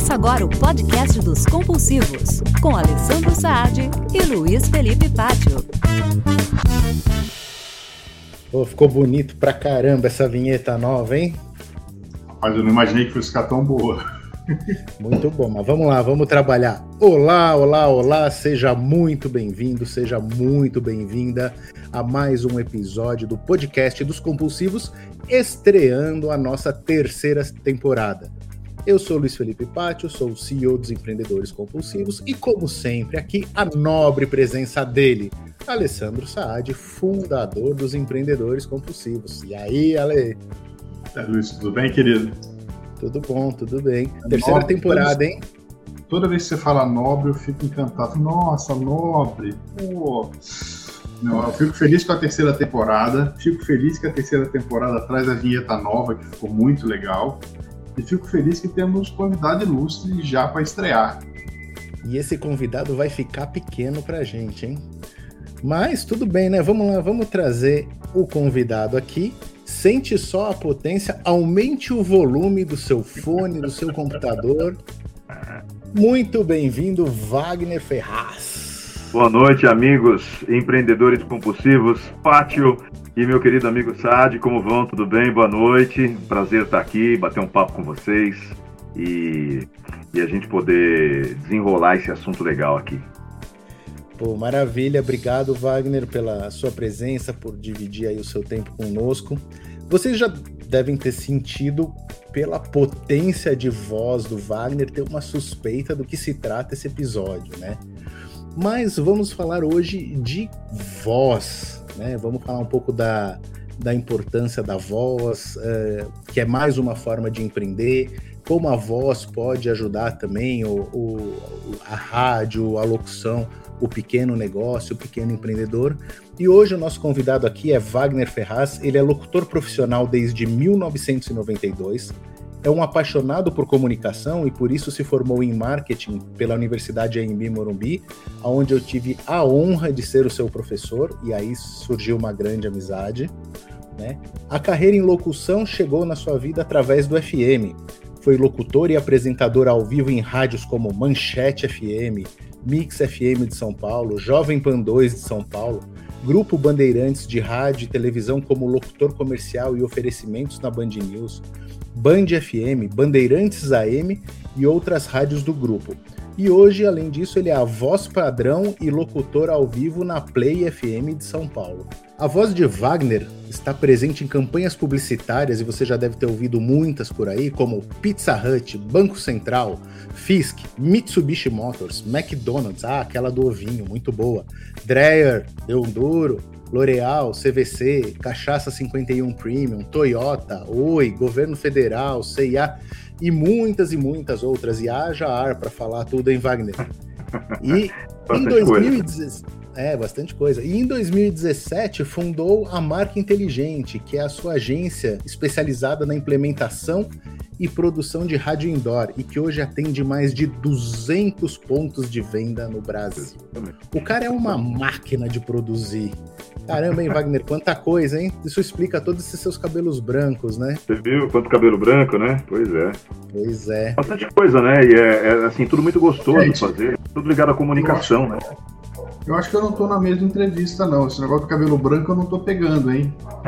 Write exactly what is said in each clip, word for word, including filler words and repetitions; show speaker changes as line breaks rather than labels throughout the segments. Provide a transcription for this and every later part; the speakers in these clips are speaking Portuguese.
Começa agora o podcast dos compulsivos, com Alessandro Saad e Luiz Felipe Pátio.
Oh, ficou bonito pra caramba essa vinheta nova, hein?
Mas eu não imaginei que fosse ficar tão boa.
Muito bom, mas vamos lá, vamos trabalhar. Olá, olá, olá, seja muito bem-vindo, seja muito bem-vinda a mais um episódio do podcast dos compulsivos, estreando a nossa terceira temporada. Eu sou Luiz Felipe Pátio, sou o C E O dos Empreendedores Compulsivos e, como sempre, aqui a nobre presença dele, Alessandro Saad, fundador dos Empreendedores Compulsivos. E aí, Ale?
É, Luiz, tudo bem, querido?
Tudo bom, tudo bem. Terceira nobre, temporada, toda, hein?
Toda vez que você fala nobre, eu fico encantado. Nossa, nobre! Pô. Não, eu fico feliz com a terceira temporada. Fico feliz que a terceira temporada traz a vinheta nova, que ficou muito legal. E fico feliz que temos convidado ilustre já para estrear.
E esse convidado vai ficar pequeno pra gente, hein? Mas tudo bem, né? Vamos lá, vamos trazer o convidado aqui. Sente só a potência, aumente o volume do seu fone, do seu computador. Muito bem-vindo, Wagner Ferraz.
Boa noite, amigos empreendedores compulsivos, Pátio e meu querido amigo Saad, como vão? Tudo bem? Boa noite, prazer estar aqui, bater um papo com vocês e, e a gente poder desenrolar esse assunto legal aqui.
Pô, maravilha, obrigado, Wagner, pela sua presença, por dividir aí o seu tempo conosco. Vocês já devem ter sentido, pela potência de voz do Wagner, ter uma suspeita do que se trata esse episódio, né? Mas vamos falar hoje de voz, né? Vamos falar um pouco da, da importância da voz, é, que é mais uma forma de empreender, como a voz pode ajudar também o, o, a rádio, a locução, o pequeno negócio, o pequeno empreendedor. E hoje o nosso convidado aqui é Wagner Ferraz. Ele é locutor profissional desde mil novecentos e noventa e dois, é um apaixonado por comunicação e por isso se formou em marketing pela Universidade Anhembi Morumbi, onde eu tive a honra de ser o seu professor, e aí surgiu uma grande amizade, né? A carreira em locução chegou na sua vida através do F M. Foi locutor e apresentador ao vivo em rádios como Manchete F M, Mix F M de São Paulo, Jovem Pan dois de São Paulo, Grupo Bandeirantes de rádio e televisão como locutor comercial e oferecimentos na Band News, Band F M, Bandeirantes A M e outras rádios do grupo. E hoje, além disso, ele é a voz padrão e locutor ao vivo na Play F M de São Paulo. A voz de Wagner está presente em campanhas publicitárias e você já deve ter ouvido muitas por aí, como Pizza Hut, Banco Central, Fisk, Mitsubishi Motors, McDonald's, ah, aquela do ovinho, muito boa, Dreyer, Deu Duro, L'Oréal, C V C, Cachaça cinquenta e um Premium, Toyota, Oi, Governo Federal, C e A e muitas e muitas outras. E haja ar para falar tudo, hein, Wagner? E em dois mil e dezesseis... É, bastante coisa. E em dois mil e dezessete fundou a Marca Inteligente, que é a sua agência especializada na implementação e produção de rádio indoor e que hoje atende mais de duzentos pontos de venda no Brasil. O cara é uma máquina de produzir. Caramba, hein, Wagner? Quanta coisa, hein? Isso explica todos esses seus cabelos brancos, né?
Você viu quanto cabelo branco, né? Pois é.
Pois é.
Bastante coisa, né? E é, é assim, tudo muito gostoso de fazer. Tudo ligado à comunicação, né?
Eu acho que eu não tô na mesma entrevista, não. Esse negócio do cabelo branco eu não tô pegando, hein?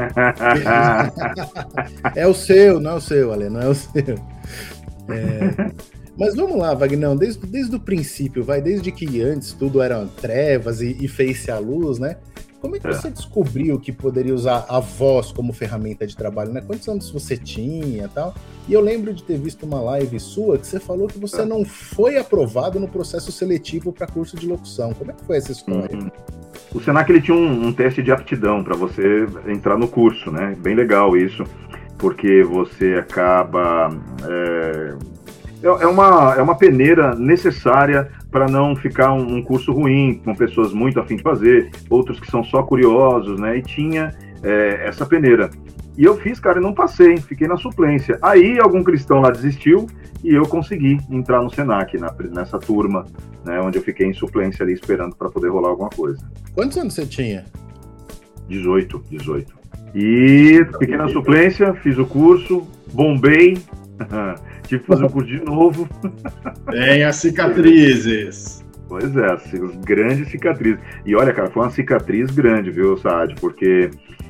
É o seu, não é o seu, Ale, não é o seu. É... Mas vamos lá, Wagner, desde, desde o princípio, vai, desde que antes tudo eram trevas e, e fez-se a luz, né? Como é que você é. descobriu que poderia usar a voz como ferramenta de trabalho, né? Quantos anos você tinha e tal? E eu lembro de ter visto uma live sua que você falou que você é. não foi aprovado no processo seletivo para curso de locução. Como é que foi essa história?
Uhum. O Senac ele tinha um, um teste de aptidão para você entrar no curso, né? Bem legal isso, porque você acaba... É... É uma, é uma peneira necessária para não ficar um, um curso ruim, com pessoas muito a fim de fazer, outros que são só curiosos, né? E tinha é, essa peneira. E eu fiz, cara, e não passei, fiquei na suplência. Aí algum cristão lá desistiu e eu consegui entrar no Senac, na, nessa turma, né? Onde eu fiquei em suplência ali esperando para poder rolar alguma coisa.
Quantos anos você tinha?
dezoito, dezoito. E fiquei na suplência, fiz o curso, bombei. tive que fazer o curso de novo.
Tem as cicatrizes.
Pois é, as grandes cicatrizes. E olha, cara, foi uma cicatriz grande, viu, Saad? Porque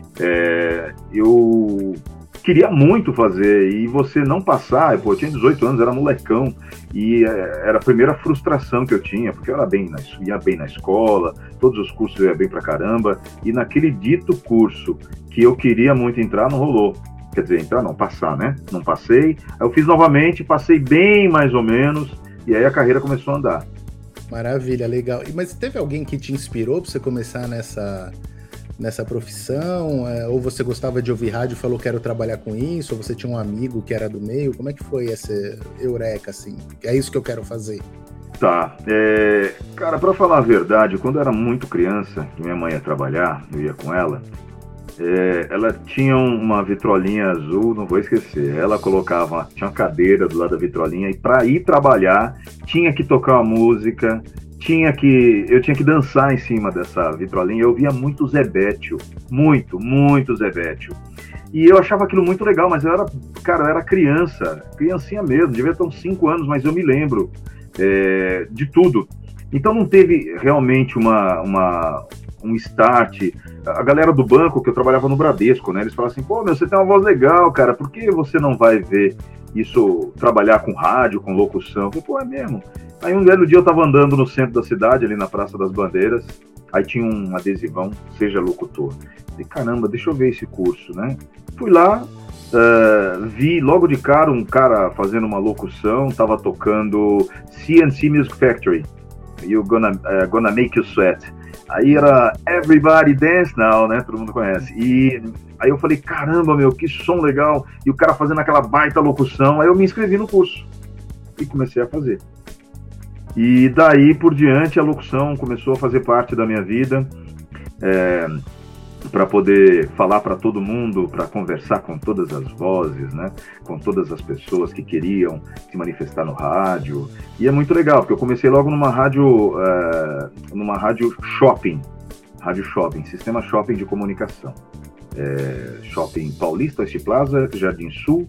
é, eu queria muito fazer e você não passar. Pô, eu tinha dezoito anos, era molecão e é, era a primeira frustração que eu tinha, porque eu era bem na, ia bem na escola, todos os cursos eu ia bem pra caramba, e naquele dito curso que eu queria muito entrar, não rolou. Quer dizer, entrar não, passar, né? Não passei. Aí eu fiz novamente, passei bem mais ou menos, e aí a carreira começou a andar.
Maravilha, legal. Mas teve alguém que te inspirou para você começar nessa, nessa profissão? É, ou você gostava de ouvir rádio e falou quero trabalhar com isso? Ou você tinha um amigo que era do meio? Como é que foi essa eureka, assim? É isso que eu quero fazer.
Tá. É, cara, para falar a verdade, quando eu era muito criança, que minha mãe ia trabalhar, eu ia com ela, é, ela tinha uma vitrolinha azul, não vou esquecer. Ela colocava, tinha uma cadeira do lado da vitrolinha, e para ir trabalhar tinha que tocar uma música, tinha que, eu tinha que dançar em cima dessa vitrolinha. Eu via muito Zebétio, muito, muito Zebétio. E eu achava aquilo muito legal, mas eu era, cara, eu era criança, criancinha mesmo, devia ter uns cinco anos, mas eu me lembro é, de tudo. Então não teve realmente uma, uma, um start. A galera do banco, que eu trabalhava no Bradesco, né? Eles falavam assim, pô, meu, você tem uma voz legal, cara, por que você não vai ver isso, trabalhar com rádio, com locução? Eu falei, pô, é mesmo. Aí um belo dia eu tava andando no centro da cidade, ali na Praça das Bandeiras, aí tinha um adesivão, seja locutor. Eu falei, caramba, deixa eu ver esse curso, né? Fui lá, uh, vi logo de cara um cara fazendo uma locução, tava tocando C and C Music Factory, You're gonna, uh, gonna Make You Sweat. Aí era Everybody Dance Now, né? Todo mundo conhece. E aí eu falei, caramba, meu, que som legal. E o cara fazendo aquela baita locução. Aí eu me inscrevi no curso e comecei a fazer. E daí por diante a locução começou a fazer parte da minha vida. É, para poder falar para todo mundo, para conversar com todas as vozes, né? Com todas as pessoas que queriam se manifestar no rádio. E é muito legal, porque eu comecei logo numa rádio, uh, numa rádio shopping, rádio shopping, sistema shopping de comunicação. É, shopping Paulista, Oeste Plaza, Jardim Sul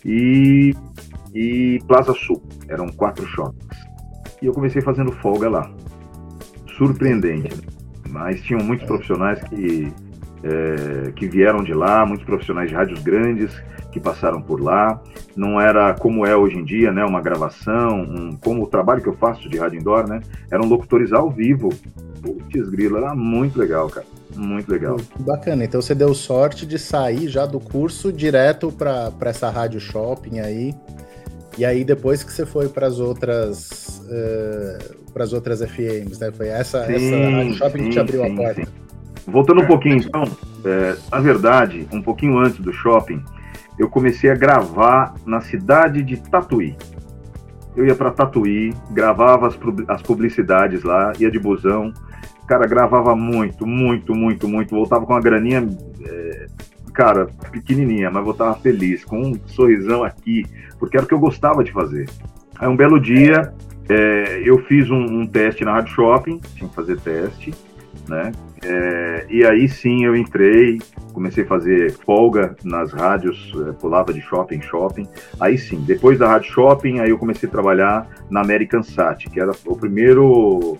e, e Plaza Sul. Eram quatro shoppings. E eu comecei fazendo folga lá. Surpreendente, né? Mas tinham muitos profissionais que É, que vieram de lá, muitos profissionais de rádios grandes que passaram por lá. Não era como é hoje em dia, né, uma gravação, um, como o trabalho que eu faço de rádio indoor, né, eram locutores ao vivo. Putz, grilo, era muito legal, cara, muito legal.
Bacana, então você deu sorte de sair já do curso direto para essa rádio shopping aí, e aí depois que você foi para as outras uh, para as outras F Ms, né, foi essa,
sim,
essa rádio shopping
sim,
que te abriu
sim,
a porta.
Sim. Voltando um pouquinho, então, é, na verdade, um pouquinho antes do shopping, eu comecei a gravar na cidade de Tatuí. Eu ia para Tatuí, gravava as, as publicidades lá, ia de busão, cara, gravava muito, muito, muito, muito, voltava com uma graninha, é, cara, pequenininha, mas voltava feliz, com um sorrisão aqui, porque era o que eu gostava de fazer. Aí um belo dia, é, eu fiz um, um teste na Rádio Shopping, tinha que fazer teste, né? É, e aí sim eu entrei, comecei a fazer folga nas rádios, é, pulava de shopping em shopping. Aí sim, depois da Rádio Shopping, aí eu comecei a trabalhar na American Sat, que era o primeiro,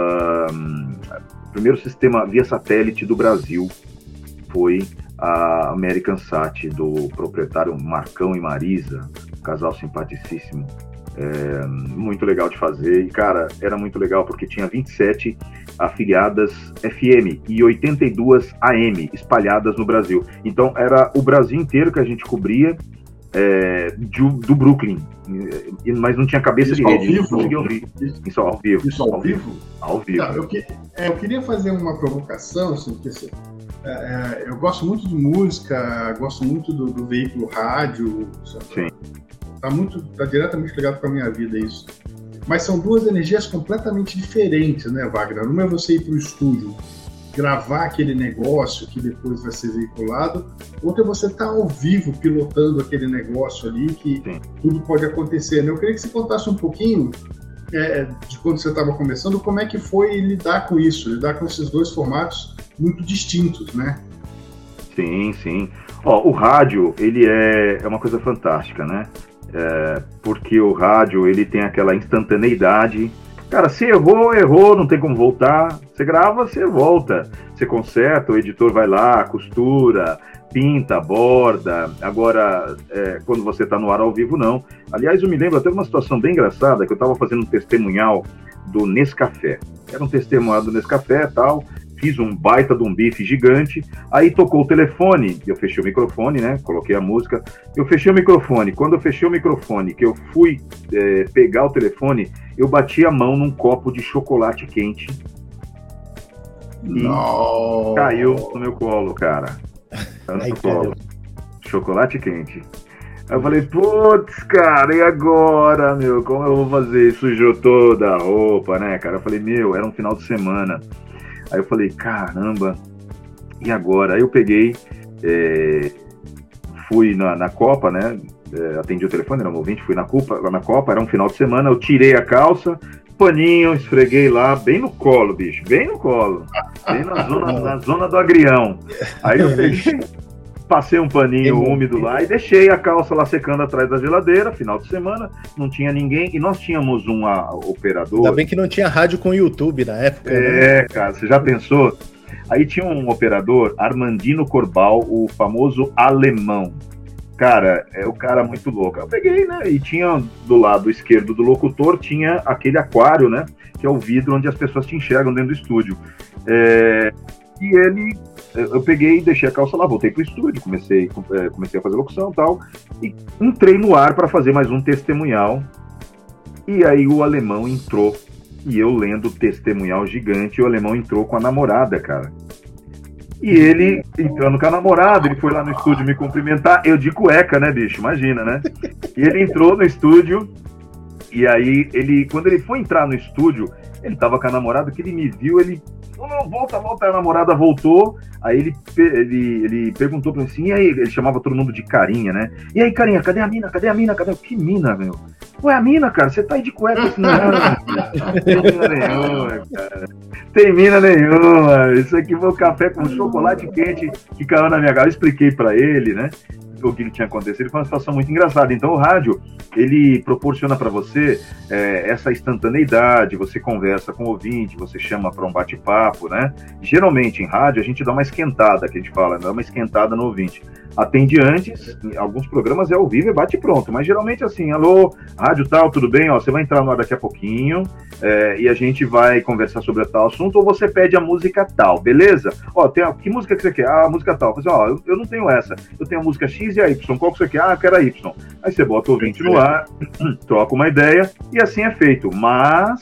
um, primeiro sistema via satélite do Brasil. Foi a American Sat, do proprietário Marcão e Marisa, um casal simpaticíssimo. É, muito legal de fazer, e cara, era muito legal porque tinha vinte e sete afiliadas F M e oitenta e duas A M espalhadas no Brasil, então era o Brasil inteiro que a gente cobria, é, do, do Brooklyn, mas não tinha cabeça
isso
de rede,
não conseguia
ouvir. Isso ao vivo.
Isso ao, ao vivo? vivo?
Ao vivo.
Tá, eu, que, é, eu queria fazer uma provocação, assim, porque assim, é, eu gosto muito de música, gosto muito do, do veículo rádio,
sim.
Tá muito, tá diretamente ligado com a minha vida isso. Mas são duas energias completamente diferentes, né, Wagner? Uma é você ir para o estúdio, gravar aquele negócio que depois vai ser veiculado. Outra é você estar ao vivo pilotando aquele negócio ali, que sim, tudo pode acontecer, né? Eu queria que você contasse um pouquinho é, de quando você estava começando, como é que foi lidar com isso, lidar com esses dois formatos muito distintos, né?
Sim, sim. Ó, o rádio, ele é, é uma coisa fantástica, né? é, porque o rádio ele tem aquela instantaneidade. Cara, se errou, errou, não tem como voltar. Você grava, você volta. Você conserta, o editor vai lá, costura, pinta, borda. Agora, é, quando você está no ar ao vivo, não. Aliás, eu me lembro até de uma situação bem engraçada, que eu estava fazendo um testemunhal do Nescafé. Era um testemunhal do Nescafé e tal. Fiz um baita de um bife gigante, aí tocou o telefone, eu fechei o microfone, né, coloquei a música, eu fechei o microfone, quando eu fechei o microfone, que eu fui é, pegar o telefone, eu bati a mão num copo de chocolate quente e
Não.
caiu no meu colo, cara. Caiu no
Ai,
meu colo.
cara.
Chocolate quente. Aí eu falei, putz, cara, e agora, meu, como eu vou fazer? Sujou toda a roupa, né, cara? Eu falei, meu, era um final de semana. Aí eu falei, caramba, e agora? Aí eu peguei, é, fui na, na Copa, né? É, atendi o telefone, era um ouvinte, fui na Copa, lá na Copa, era um final de semana, eu tirei a calça, paninho, esfreguei lá, bem no colo, bicho, bem no colo, bem na zona, na zona do agrião. Aí eu peguei, passei um paninho úmido lá e deixei a calça lá secando atrás da geladeira, final de semana, não tinha ninguém, e nós tínhamos um a, operador...
Ainda bem que não tinha rádio com YouTube na época,
É,
né?
cara, você já pensou? Aí tinha um operador, Armandino Corbal, o famoso alemão. Cara, é o cara muito louco. Eu peguei, né? E tinha do lado esquerdo do locutor, tinha aquele aquário, né? Que é o vidro onde as pessoas te enxergam dentro do estúdio. É, e ele... Eu peguei e deixei a calça lá, voltei pro estúdio, comecei, comecei a fazer locução e tal, e entrei no ar para fazer mais um testemunhal. E aí o alemão entrou, e eu lendo o testemunhal gigante, o alemão entrou com a namorada, cara. E ele, entrando com a namorada, ele foi lá no estúdio me cumprimentar, eu de cueca, né, bicho, imagina, né? E ele entrou no estúdio, e aí, ele, quando ele foi entrar no estúdio, ele tava com a namorada, que ele me viu, ele... Não, não, volta, volta, a namorada voltou, aí ele, ele, ele perguntou pra mim assim, e aí, ele chamava todo mundo de carinha, né? E aí, carinha, cadê a mina, cadê a mina, cadê? Que mina, meu? Ué, a mina, cara, você tá aí de cueca, assim, não, não tem mina nenhuma, cara, tem mina nenhuma, isso aqui foi um café com chocolate quente que caiu na minha cara, eu expliquei pra ele, né? O que tinha acontecido, foi uma situação muito engraçada. Então o rádio, ele proporciona para você é, essa instantaneidade, você conversa com o ouvinte, você chama para um bate-papo, né? Geralmente em rádio a gente dá uma esquentada, que a gente fala, dá uma esquentada no ouvinte. Atende antes, em alguns programas é ao vivo e bate pronto, mas geralmente assim, alô, rádio tal, tudo bem? Ó, você vai entrar no ar daqui a pouquinho é, e a gente vai conversar sobre tal assunto, ou você pede a música tal, beleza? Ó, tem a, que música que você quer? Ah, a música tal. Você, ó, eu, eu não tenho essa, eu tenho a música X e a Y, qual que você quer? Ah, eu quero a Y. Aí você bota o ouvinte no ar, troca uma ideia e assim é feito, mas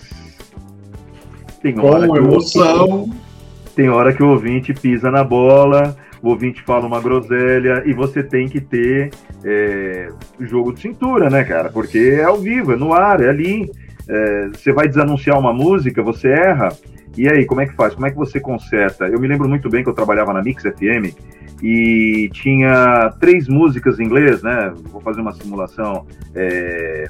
tem hora
com
que
emoção.
O, tem hora que o ouvinte pisa na bola, o ouvinte fala uma groselha e você tem que ter é, jogo de cintura, né, cara? Porque é ao vivo, é no ar, é ali. É, você vai desanunciar uma música, você erra, e aí, como é que faz? Como é que você conserta? Eu me lembro muito bem que eu trabalhava na Mix F M e tinha três músicas em inglês, né? Vou fazer uma simulação é,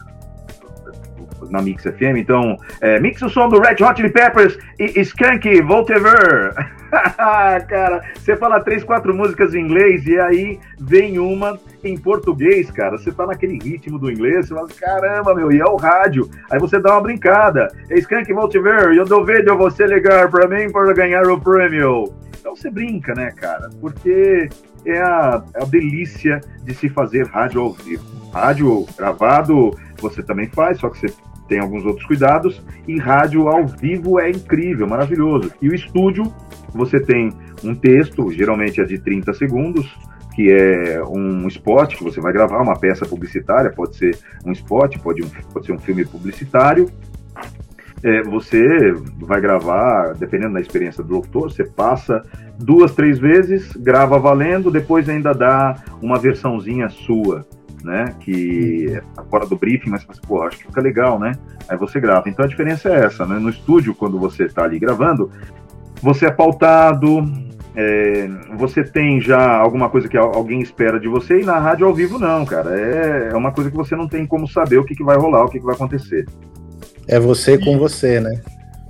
na Mix F M, então, é, mix o som do Red Hot Chili Peppers e Skank, Voltever. Cara, você fala três, quatro músicas em inglês e aí vem uma em português, cara. Você tá naquele ritmo do inglês, você fala, caramba, meu, e é o rádio. Aí você dá uma brincada. É Skank, Voltever, eu dou vídeo você ligar pra mim para ganhar o prêmio. Então você brinca, né, cara? Porque é a, é a delícia de se fazer rádio ao vivo. Rádio gravado você também faz, só que você tem alguns outros cuidados, e rádio ao vivo é incrível, maravilhoso. E o estúdio, você tem um texto, geralmente é de trinta segundos, que é um spot que você vai gravar, uma peça publicitária, pode ser um spot, pode, um, pode ser um filme publicitário. É, você vai gravar, dependendo da experiência do locutor, você passa duas, três vezes, grava valendo, depois ainda dá uma versãozinha sua, né, que é fora do briefing, mas você, pô, acho que fica legal, né, aí você grava. Então a diferença é essa, né, no estúdio, quando você está ali gravando, você é pautado, é, você tem já alguma coisa que alguém espera de você, e na rádio ao vivo não, cara, é, é uma coisa que você não tem como saber o que, que vai rolar, o que, que vai acontecer.
É você com você, né?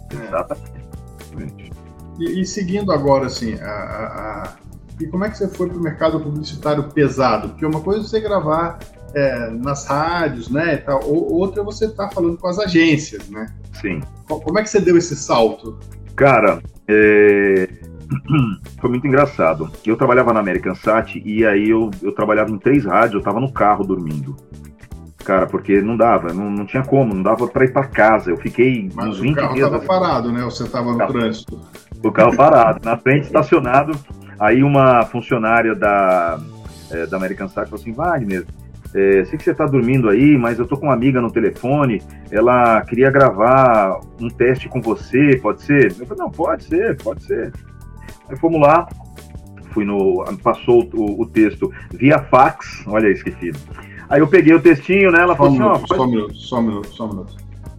Exatamente.
E, e seguindo agora, assim, a, a, a... e como é que você foi para o mercado publicitário pesado? Porque uma coisa é você gravar é, nas rádios, né? E tal. O, outra é você estar tá falando com as agências, né?
Sim.
Como é que você deu esse salto?
Cara, é... foi muito engraçado. Eu trabalhava na American Sat e aí eu, eu trabalhava em três rádios, eu tava no carro dormindo. Cara, porque não dava, não, não tinha como, não dava pra ir pra casa. Eu fiquei
Mas
uns vinte dias...
Mas o carro tava parado, né? Ou você tava no
carro,
trânsito?
O carro parado, na frente estacionado. Aí uma funcionária da, é, da American Sat falou assim, Wagner, é, sei que você tá dormindo aí, mas eu tô com uma amiga no telefone, ela queria gravar um teste com você, pode ser? Eu falei, não, pode ser, pode ser. Aí fomos lá, fui no, passou o, o texto via fax, olha isso que fiz. Aí eu peguei o textinho, né? Ela
só
falou
um
assim,
minuto,
ó.
Só um minuto, só um minuto, só um minuto.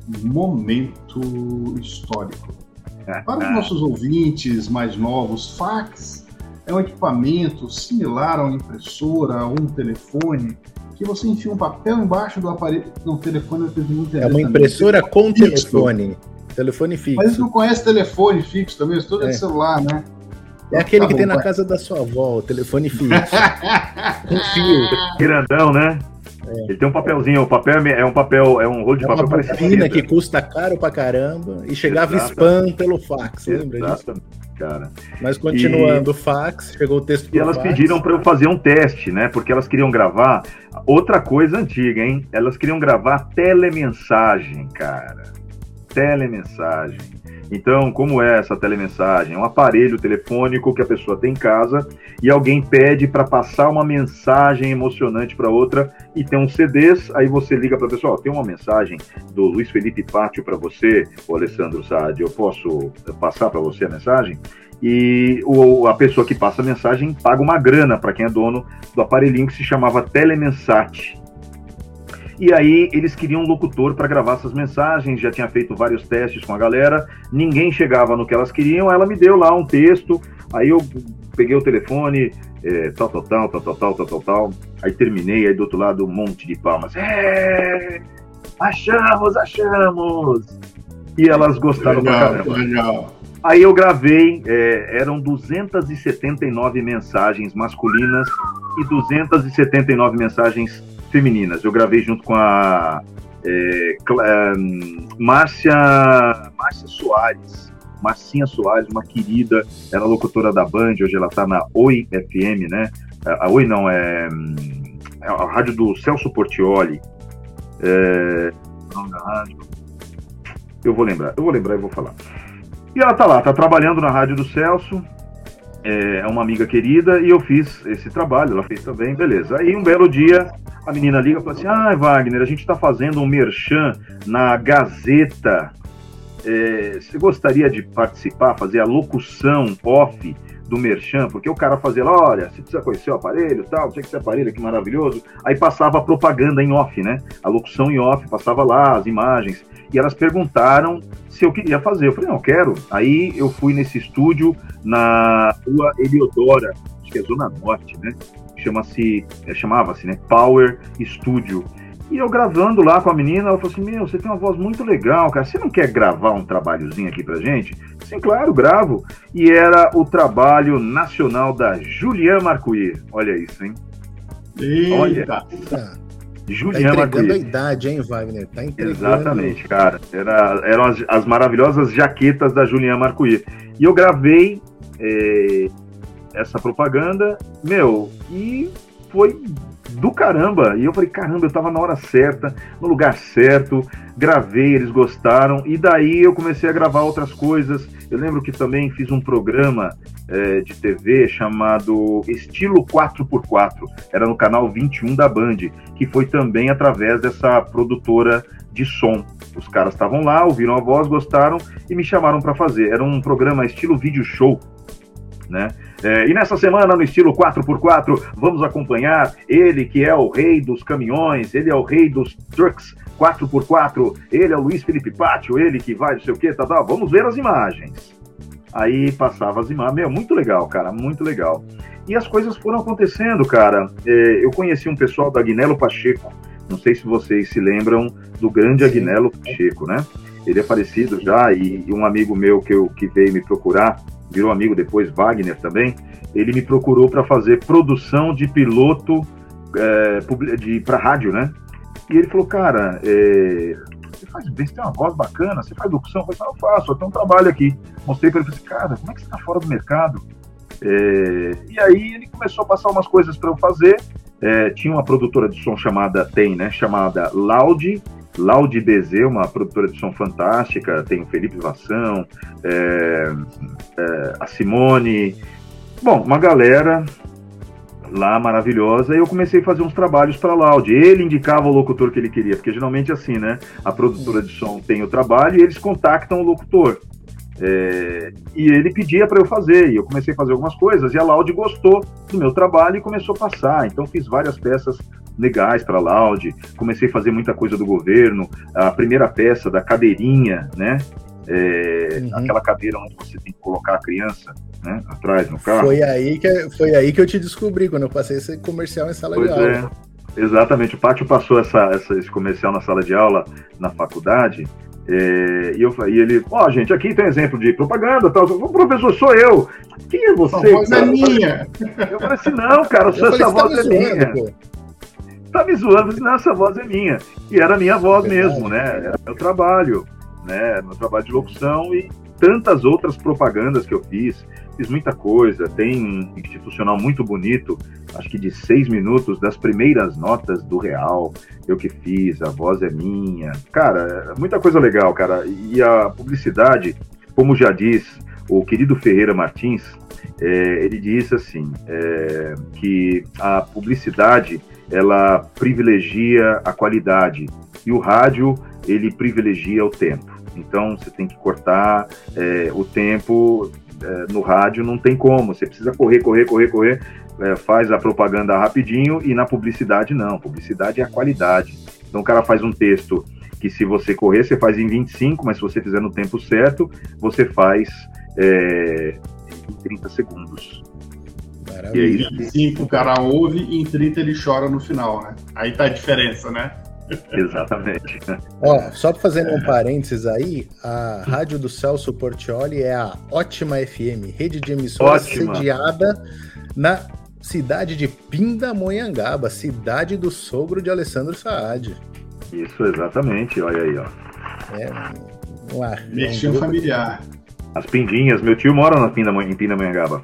Momento histórico. Para os nossos ouvintes mais novos, fax é um equipamento similar a uma impressora, a um telefone, que você enfia um papel embaixo do aparelho. Não, telefone eu tenho muito.
É uma impressora com fixo. telefone. Telefone fixo.
Mas não conhece telefone fixo também, isso tudo é de celular, né?
É aquele tá que bom, tem na vai. casa da sua avó, o telefone fixo. Um fio.
Grandão, né? É. Ele tem um papelzinho, o papel é um papel, é um rolo de
é
papel
parecido. É uma bobina que custa caro pra caramba e chegava Exatamente. spam pelo fax, lembra
Exatamente,
disso?
Cara.
Mas continuando o fax, chegou o texto
E elas
fax.
pediram para eu fazer um teste, né? Porque elas queriam gravar outra coisa antiga, hein? Elas queriam gravar telemensagem, cara. Telemensagem. Então, como é essa telemensagem? É um aparelho telefônico que a pessoa tem em casa e alguém pede para passar uma mensagem emocionante para outra e tem uns C Ds, aí você liga para a pessoa, ó, tem uma mensagem do Luiz Felipe Pátio para você, o Alessandro Saad, eu posso passar para você a mensagem? E o, a pessoa que passa a mensagem paga uma grana para quem é dono do aparelhinho que se chamava Telemensat. E aí eles queriam um locutor para gravar essas mensagens, já tinha feito vários testes com a galera, ninguém chegava no que elas queriam, ela me deu lá um texto, aí eu peguei o telefone, é, tal, tal, tal, tal, tal, tal, tal, tal, tal, aí terminei, aí do outro lado um monte de palmas, é, achamos, achamos, e elas gostaram
legal,
pra caramba.
Legal.
Aí eu gravei, é, eram duzentas e setenta e nove mensagens masculinas e duzentas e setenta e nove mensagens femininas. Eu gravei junto com a é, Márcia, Márcia Soares, Marcinha Soares, uma querida, ela é locutora da Band, hoje ela está na Oi F M, né? A Oi não, é, é a rádio do Celso Portioli. É, não, da rádio. Eu vou lembrar, eu vou lembrar e vou falar. E ela tá lá, tá trabalhando na rádio do Celso, é uma amiga querida, e eu fiz esse trabalho, ela fez também, beleza. Aí um belo dia, a menina liga e fala assim, ah, Wagner, a gente tá fazendo um merchan na Gazeta, é, você gostaria de participar, fazer a locução off do merchan? Porque o cara fazia lá, olha, você precisa conhecer o aparelho, tal, não sei que esse aparelho, que maravilhoso. Aí passava a propaganda em off, né? A locução em off, passava lá as imagens. E elas perguntaram se eu queria fazer. Eu falei, não, quero. Aí eu fui nesse estúdio na rua Eliodora, acho que é Zona Norte, né? Chama-se, é, chamava-se, né? Power Studio. E eu gravando lá com a menina, ela falou assim, meu, você tem uma voz muito legal, cara. Você não quer gravar um trabalhozinho aqui pra gente? Sim, claro, gravo. E era o trabalho nacional da Juliana Marcuir. Olha isso, hein?
Eita.
Olha.
Juliana
tá entregando
Marcuir.
a idade, hein, Wagner? Tá entregando.
Exatamente, cara. Era, eram as, as maravilhosas jaquetas da Juliana Marcuir. E eu gravei é, essa propaganda, meu, e foi do caramba. E eu falei, caramba, eu tava na hora certa, no lugar certo, gravei, eles gostaram, e daí eu comecei a gravar outras coisas. Eu lembro que também fiz um programa é, de T V chamado Estilo quatro por quatro, era no canal vinte e um da Band, que foi também através dessa produtora de som. Os caras estavam lá, ouviram a voz, gostaram e me chamaram para fazer. Era um programa estilo vídeo show, né? É, e nessa semana, no estilo quatro por quatro, vamos acompanhar ele que é o rei dos caminhões, ele é o rei dos trucks quatro por quatro, ele é o Luiz Felipe Pátio, ele que vai não sei o que, tá, tá, vamos ver as imagens. Aí passava as imagens, meu, muito legal, cara, muito legal. E as coisas foram acontecendo, cara. É, eu conheci um pessoal da Agnello Pacheco, não sei se vocês se lembram do grande Agnello Pacheco, né? Ele é falecido já, e, e um amigo meu que, eu, que veio me procurar, virou amigo depois, Wagner também, ele me procurou para fazer produção de piloto é, de, pra rádio, né? E ele falou, cara, é, você faz bem, você tem uma voz bacana, você faz locução? Eu falei, eu faço, eu tenho um trabalho aqui. Mostrei pra ele, falei, cara, como é que você tá fora do mercado? É, e aí ele começou a passar umas coisas para eu fazer. É, tinha uma produtora de som chamada, tem, né, chamada Loud, Loud B Z, uma produtora de som fantástica, tem o Felipe Vassão, é, é, a Simone, bom, uma galera lá maravilhosa, e eu comecei a fazer uns trabalhos para a Loud. Ele indicava o locutor que ele queria, porque geralmente assim, né, a produtora de som tem o trabalho e eles contactam o locutor. É, e ele pedia para eu fazer, e eu comecei a fazer algumas coisas, e a Loud gostou do meu trabalho e começou a passar. Então fiz várias peças legais para a Loud, comecei a fazer muita coisa do governo, a primeira peça da cadeirinha, né? É, uhum. Aquela cadeira onde você tem que colocar a criança, né, atrás no carro.
Foi aí que, foi aí que eu te descobri, quando eu passei esse comercial em sala
pois
de aula.
É, exatamente, o Pátio passou essa, essa, esse comercial na sala de aula, na faculdade. É, e, eu, e ele, ó, oh, gente, aqui tem exemplo de propaganda, tal. O professor sou eu. Quem é você?
A voz cara? É minha.
Eu falei assim, não, cara, eu falei, essa voz tá é minha. Zoando, tá me zoando, eu falei, não, essa voz é minha. E era a minha voz Verdade. mesmo, né? Era meu trabalho, né? Meu trabalho de locução e tantas outras propagandas que eu fiz. Fiz muita coisa, tem um institucional muito bonito, acho que de seis minutos, das primeiras notas do Real, eu que fiz, a voz é minha. Cara, muita coisa legal, cara. E a publicidade, como já diz o querido Ferreira Martins, é, ele diz assim, é, que a publicidade, ela privilegia a qualidade, e o rádio, ele privilegia o tempo. Então, você tem que cortar é, o tempo... É, no rádio não tem como, você precisa correr, correr, correr, correr, é, faz a propaganda rapidinho, e na publicidade não, publicidade é a qualidade. Então o cara faz um texto que se você correr, você faz em vinte e cinco, mas se você fizer no tempo certo, você faz é, em trinta segundos.
Maravilha. E aí, vinte e cinco o cara ouve e em trinta ele chora no final, né? Aí tá a diferença, né?
Exatamente.
Ó, só fazendo um parênteses aí, a rádio do Celso Portioli é a Ótima F M, rede de emissoras Ótima. sediada na cidade de Pindamonhangaba, cidade do sogro de Alessandro Saad.
Isso, exatamente, olha aí, ó.
É, uma,
Mexeu um familiar.
As Pindinhas, meu tio mora na Pindamonha, em Pindamonhangaba.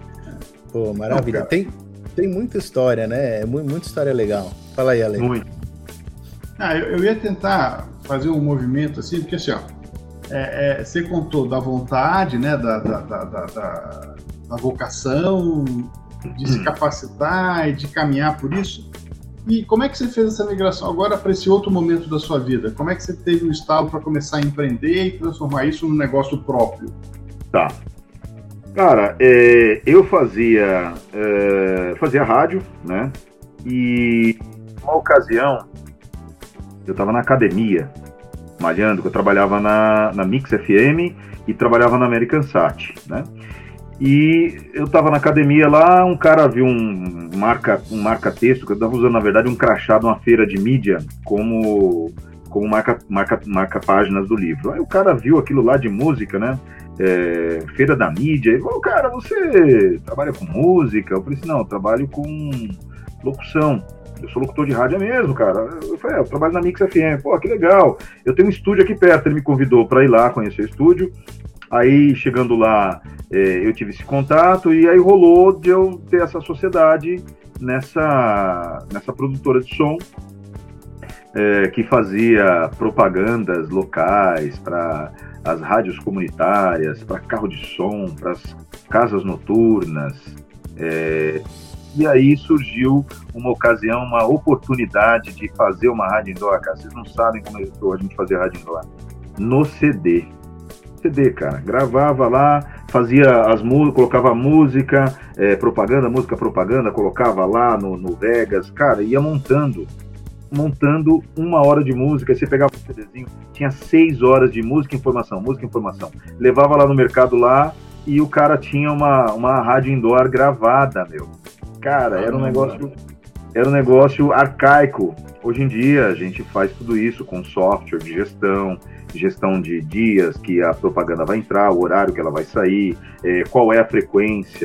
Pô, maravilha. Não, tem, tem muita história, né? Muita história legal. Fala aí, Ale.
Muito.
Ah, eu, eu ia tentar fazer um movimento assim, porque assim, ó, é, é, você contou da vontade, né, da, da, da, da, da, da vocação, de hum. se capacitar e de caminhar por isso. E como é que você fez essa migração agora para esse outro momento da sua vida? Como é que você teve um estalo para começar a empreender e transformar isso num negócio próprio?
Tá. Cara, é, eu fazia, é, fazia rádio, né, e uma ocasião eu estava na academia, malhando, que eu trabalhava na, na Mix F M e trabalhava na American Sat, né? E eu estava na academia lá, um cara viu um marca, um marca-texto, que eu estava usando, na verdade, um crachá de uma feira de mídia como, como marca, marca, marca páginas do livro. Aí o cara viu aquilo lá de música, né? É, feira da mídia, e falou, cara, você trabalha com música? Eu falei assim, não, eu trabalho com locução. Eu sou locutor de rádio mesmo, cara. Eu falei, é, eu trabalho na Mix F M. Pô, que legal. Eu tenho um estúdio aqui perto. Ele me convidou para ir lá conhecer o estúdio. Aí, chegando lá, é, eu tive esse contato e aí rolou de eu ter essa sociedade nessa, nessa produtora de som é, que fazia propagandas locais para as rádios comunitárias, para carro de som, para as casas noturnas. É, E aí surgiu uma ocasião, uma oportunidade de fazer uma rádio indoor, cara. Vocês não sabem como eu, a gente fazia rádio indoor. No C D. C D, cara. Gravava lá, fazia as músicas, colocava música, é, propaganda, música, propaganda, colocava lá no, no Vegas. Cara, ia montando. Montando uma hora de música. Aí você pegava o CDzinho, tinha seis horas de música, informação, música, informação. Levava lá no mercado lá e o cara tinha uma, uma rádio indoor gravada, meu. Cara, era um negócio, era um negócio arcaico. Hoje em dia a gente faz tudo isso com software de gestão, gestão de dias que a propaganda vai entrar, o horário que ela vai sair, é, qual é a frequência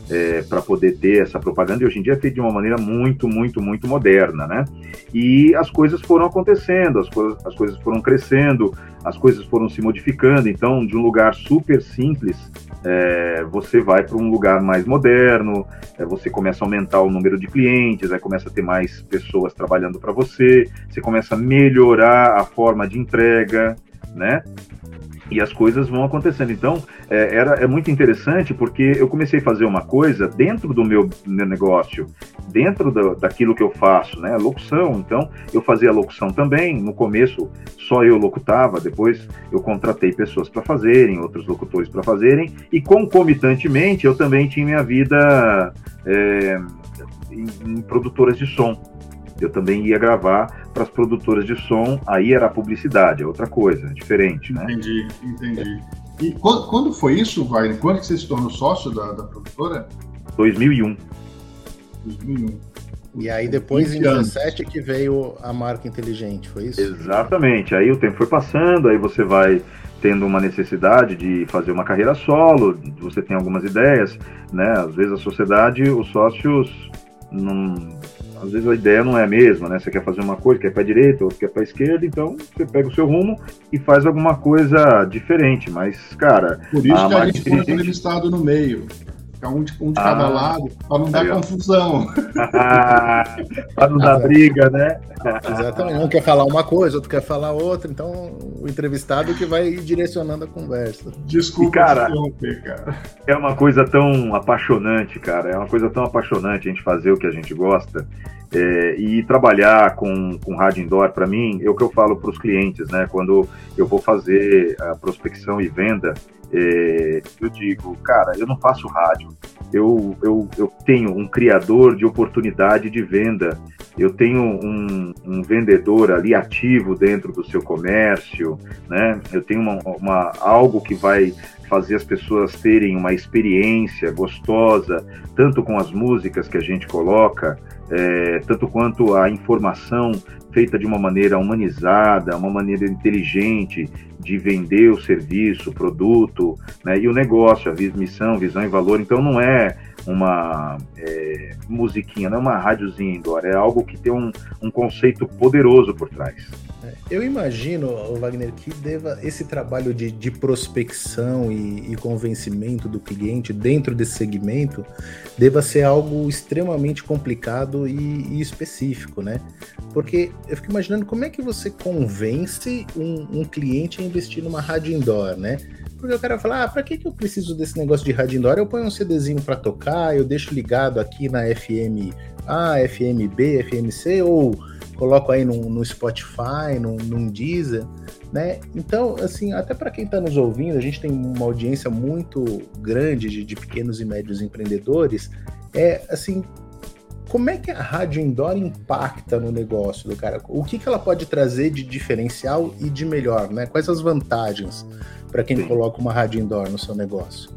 é, para poder ter essa propaganda, e hoje em dia é feito de uma maneira muito, muito, muito moderna, né? E as coisas foram acontecendo, as, co as coisas foram crescendo, as coisas foram se modificando, então de um lugar super simples, é, você vai para um lugar mais moderno, é, você começa a aumentar o número de clientes, aí começa a ter mais pessoas trabalhando para você, você começa a melhorar a forma de entrega, né? E as coisas vão acontecendo. Então, é, era, é muito interessante porque eu comecei a fazer uma coisa dentro do meu, meu negócio, dentro do, daquilo que eu faço, né? Locução. Então, eu fazia locução também. No começo, só eu locutava. Depois, eu contratei pessoas para fazerem, outros locutores para fazerem. E, concomitantemente, eu também tinha minha vida é, em, em produtoras de som. Eu também ia gravar para as produtoras de som, aí era a publicidade, é outra coisa, diferente, né?
Entendi, entendi. E quando, quando foi isso, Wagner? Quando que você se tornou sócio da, da produtora?
dois mil e um.
dois mil e um.
E aí depois, em dezessete, que veio a marca inteligente, foi isso?
Exatamente, aí o tempo foi passando, aí você vai tendo uma necessidade de fazer uma carreira solo, você tem algumas ideias, né? Às vezes a sociedade, os sócios não... Às vezes a ideia não é a mesma, né? Você quer fazer uma coisa, quer para a direita, outro quer para a esquerda, então você pega o seu rumo e faz alguma coisa diferente. Mas, cara...
Por isso a que a gente põe inteligente... entrevistado no meio. É um de, um de ah, cada lado, para não dar aí, confusão.
Para não dar briga, né?
Exatamente. Um quer falar uma coisa, outro quer falar outra, então o entrevistado que vai direcionando a conversa.
Desculpa,
e, cara,
cara.
É uma coisa tão apaixonante, cara. É uma coisa tão apaixonante a gente fazer o que a gente gosta. É, e trabalhar com, com rádio indoor, para mim, é o que eu falo para os clientes, né? Quando eu vou fazer a prospecção e venda, é, eu digo, cara, eu não faço rádio, eu, eu, eu tenho um criador de oportunidade de venda, eu tenho um, um vendedor ali ativo dentro do seu comércio, né? Eu tenho uma, uma, algo que vai fazer as pessoas terem uma experiência gostosa, tanto com as músicas que a gente coloca, é, tanto quanto a informação feita de uma maneira humanizada, uma maneira inteligente de vender o serviço, o produto, né, e o negócio, a missão, visão e valor. Então não é uma é, musiquinha, não é uma rádiozinha indoor, é algo que tem um, um conceito poderoso por trás.
Eu imagino, Wagner, que deva esse trabalho de, de prospecção e, e convencimento do cliente dentro desse segmento deva ser algo extremamente complicado e, e específico, né? Porque eu fico imaginando como é que você convence um, um cliente a investir numa rádio indoor, né? Porque o cara fala, ah, pra que, que eu preciso desse negócio de rádio indoor? Eu ponho um CDzinho pra tocar, eu deixo ligado aqui na F M A, F M B, F M C, ou coloco aí no, no Spotify, no, num Deezer, né? Então, assim, até para quem está nos ouvindo, a gente tem uma audiência muito grande de, de pequenos e médios empreendedores, é, assim, como é que a rádio indoor impacta no negócio do cara? O que, que ela pode trazer de diferencial e de melhor, né? Quais as vantagens para quem Sim. coloca uma rádio indoor no seu negócio?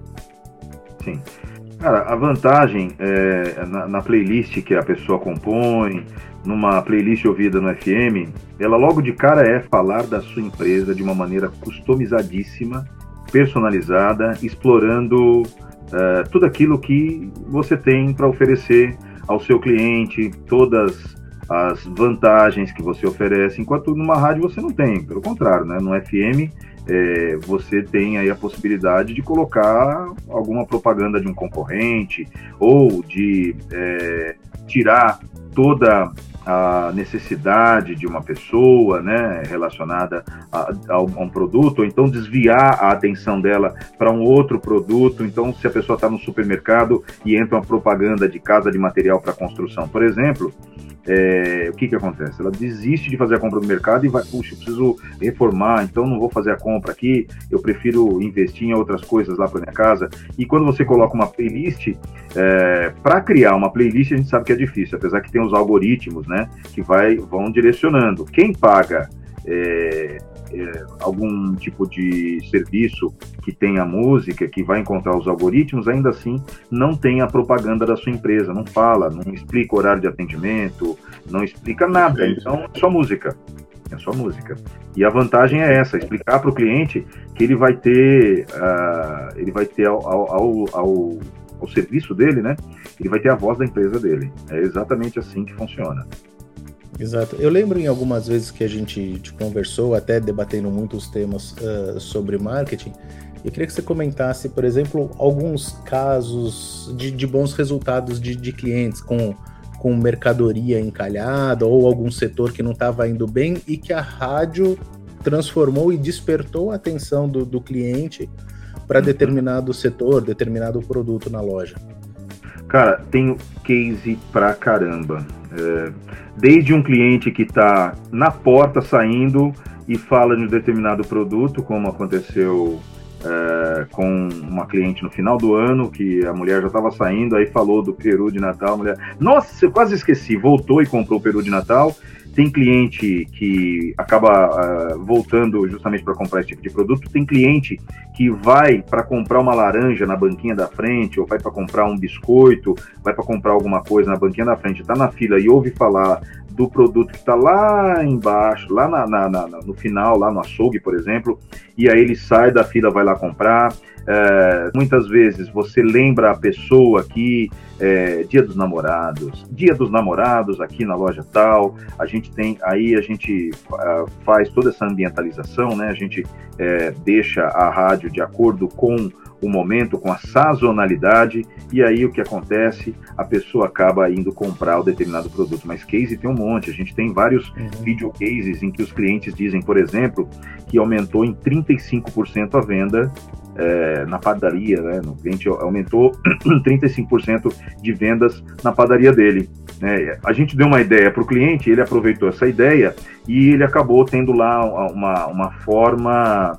Sim. Cara, a vantagem é na, na playlist que a pessoa compõe, numa playlist ouvida no F M, ela logo de cara é falar da sua empresa de uma maneira customizadíssima, personalizada, explorando uh, tudo aquilo que você tem para oferecer ao seu cliente, todas as vantagens que você oferece, enquanto numa rádio você não tem, pelo contrário, né? No F M é, você tem aí a possibilidade de colocar alguma propaganda de um concorrente ou de é, tirar toda a necessidade de uma pessoa, né, relacionada a, a um produto, ou então desviar a atenção dela para um outro produto. Então, se a pessoa está no supermercado e entra uma propaganda de casa de material para construção, por exemplo, é, o que que acontece? Ela desiste de fazer a compra no mercado e vai, puxa, eu preciso reformar, então não vou fazer a compra aqui, eu prefiro investir em outras coisas lá para minha casa. E quando você coloca uma playlist, é, para criar uma playlist a gente sabe que é difícil, apesar que tem os algoritmos, né, que vai, vão direcionando. Quem paga é, é, algum tipo de serviço que tenha música, que vai encontrar os algoritmos, ainda assim não tem a propaganda da sua empresa, não fala, não explica o horário de atendimento, não explica nada, então é só música, é só música. E a vantagem é essa, explicar para o cliente que ele vai ter, uh, ele vai ter ao, ao, ao, o serviço dele, né? Ele vai ter a voz da empresa dele. É exatamente assim que funciona.
Exato. Eu lembro em algumas vezes que a gente conversou, até debatendo muitos temas uh, sobre marketing. Eu queria que você comentasse, por exemplo, alguns casos de, de bons resultados de, de clientes com, com mercadoria encalhada ou algum setor que não estava indo bem e que a rádio transformou e despertou a atenção do, do cliente para determinado setor, determinado produto na loja.
Cara, tem case pra caramba. É, desde um cliente que está na porta saindo e fala de um determinado produto, como aconteceu é, com uma cliente no final do ano, que a mulher já estava saindo, aí falou do peru de Natal, a mulher, nossa, eu quase esqueci, voltou e comprou o peru de Natal. Tem cliente que acaba uh, voltando justamente para comprar esse tipo de produto. Tem cliente que vai para comprar uma laranja na banquinha da frente, ou vai para comprar um biscoito, vai para comprar alguma coisa na banquinha da frente, está na fila e ouve falar do produto que está lá embaixo, lá na, na, na, no final, lá no açougue, por exemplo, e aí ele sai da fila, vai lá comprar. É, muitas vezes você lembra a pessoa que é, dia dos namorados, dia dos namorados aqui na loja tal, a gente tem, aí a gente uh, faz toda essa ambientalização, né? A gente é, deixa a rádio de acordo com o momento, com a sazonalidade, e aí o que acontece? A pessoa acaba indo comprar o determinado produto. Mas case tem um monte, a gente tem vários uhum. video cases em que os clientes dizem, por exemplo, que aumentou em trinta e cinco por cento a venda é, na padaria, né? O cliente aumentou trinta e cinco por cento de vendas na padaria dele. Né? A gente deu uma ideia para o cliente, ele aproveitou essa ideia e ele acabou tendo lá uma, uma forma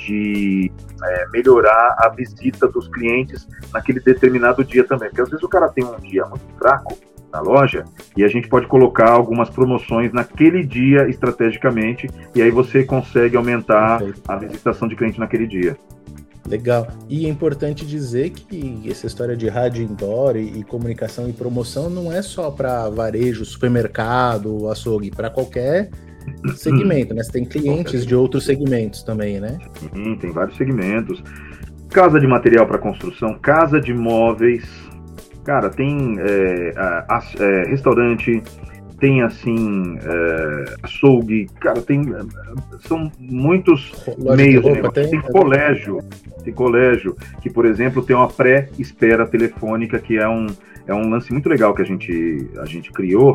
de é, melhorar a visita dos clientes naquele determinado dia também, porque às vezes o cara tem um dia muito fraco na loja e a gente pode colocar algumas promoções naquele dia estrategicamente e aí você consegue aumentar Perfeito. A visitação de cliente naquele dia.
Legal. E é importante dizer que essa história de rádio indoor e, e comunicação e promoção não é só para varejo, supermercado, açougue, para qualquer segmento, né? Você tem clientes de outros segmentos também, né?
Sim, tem vários segmentos. Casa de material para construção, casa de móveis, cara, tem é, a, a, é, restaurante, tem assim, é, açougue, cara, tem, são muitos Loja meios, roupa, né? tem, tem colégio, tem colégio, que por exemplo tem uma pré-espera telefônica, que é um, é um lance muito legal que a gente, a gente criou,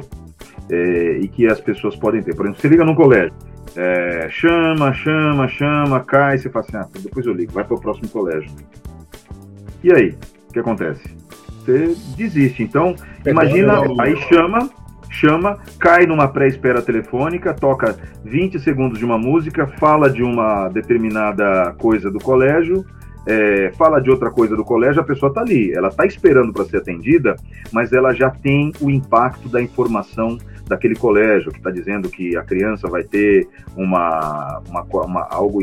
é, e que as pessoas podem ter. Por exemplo, você liga no colégio, é, chama, chama, chama, cai, você fala assim, ah, depois eu ligo, vai para o próximo colégio. E aí, o que acontece? Você desiste. Então, imagina, aí chama, chama, cai numa pré-espera telefônica, toca vinte segundos de uma música, fala de uma determinada coisa do colégio, é, fala de outra coisa do colégio, a pessoa está ali, ela está esperando para ser atendida, mas ela já tem o impacto da informação daquele colégio, que está dizendo que a criança vai ter uma, uma, uma algo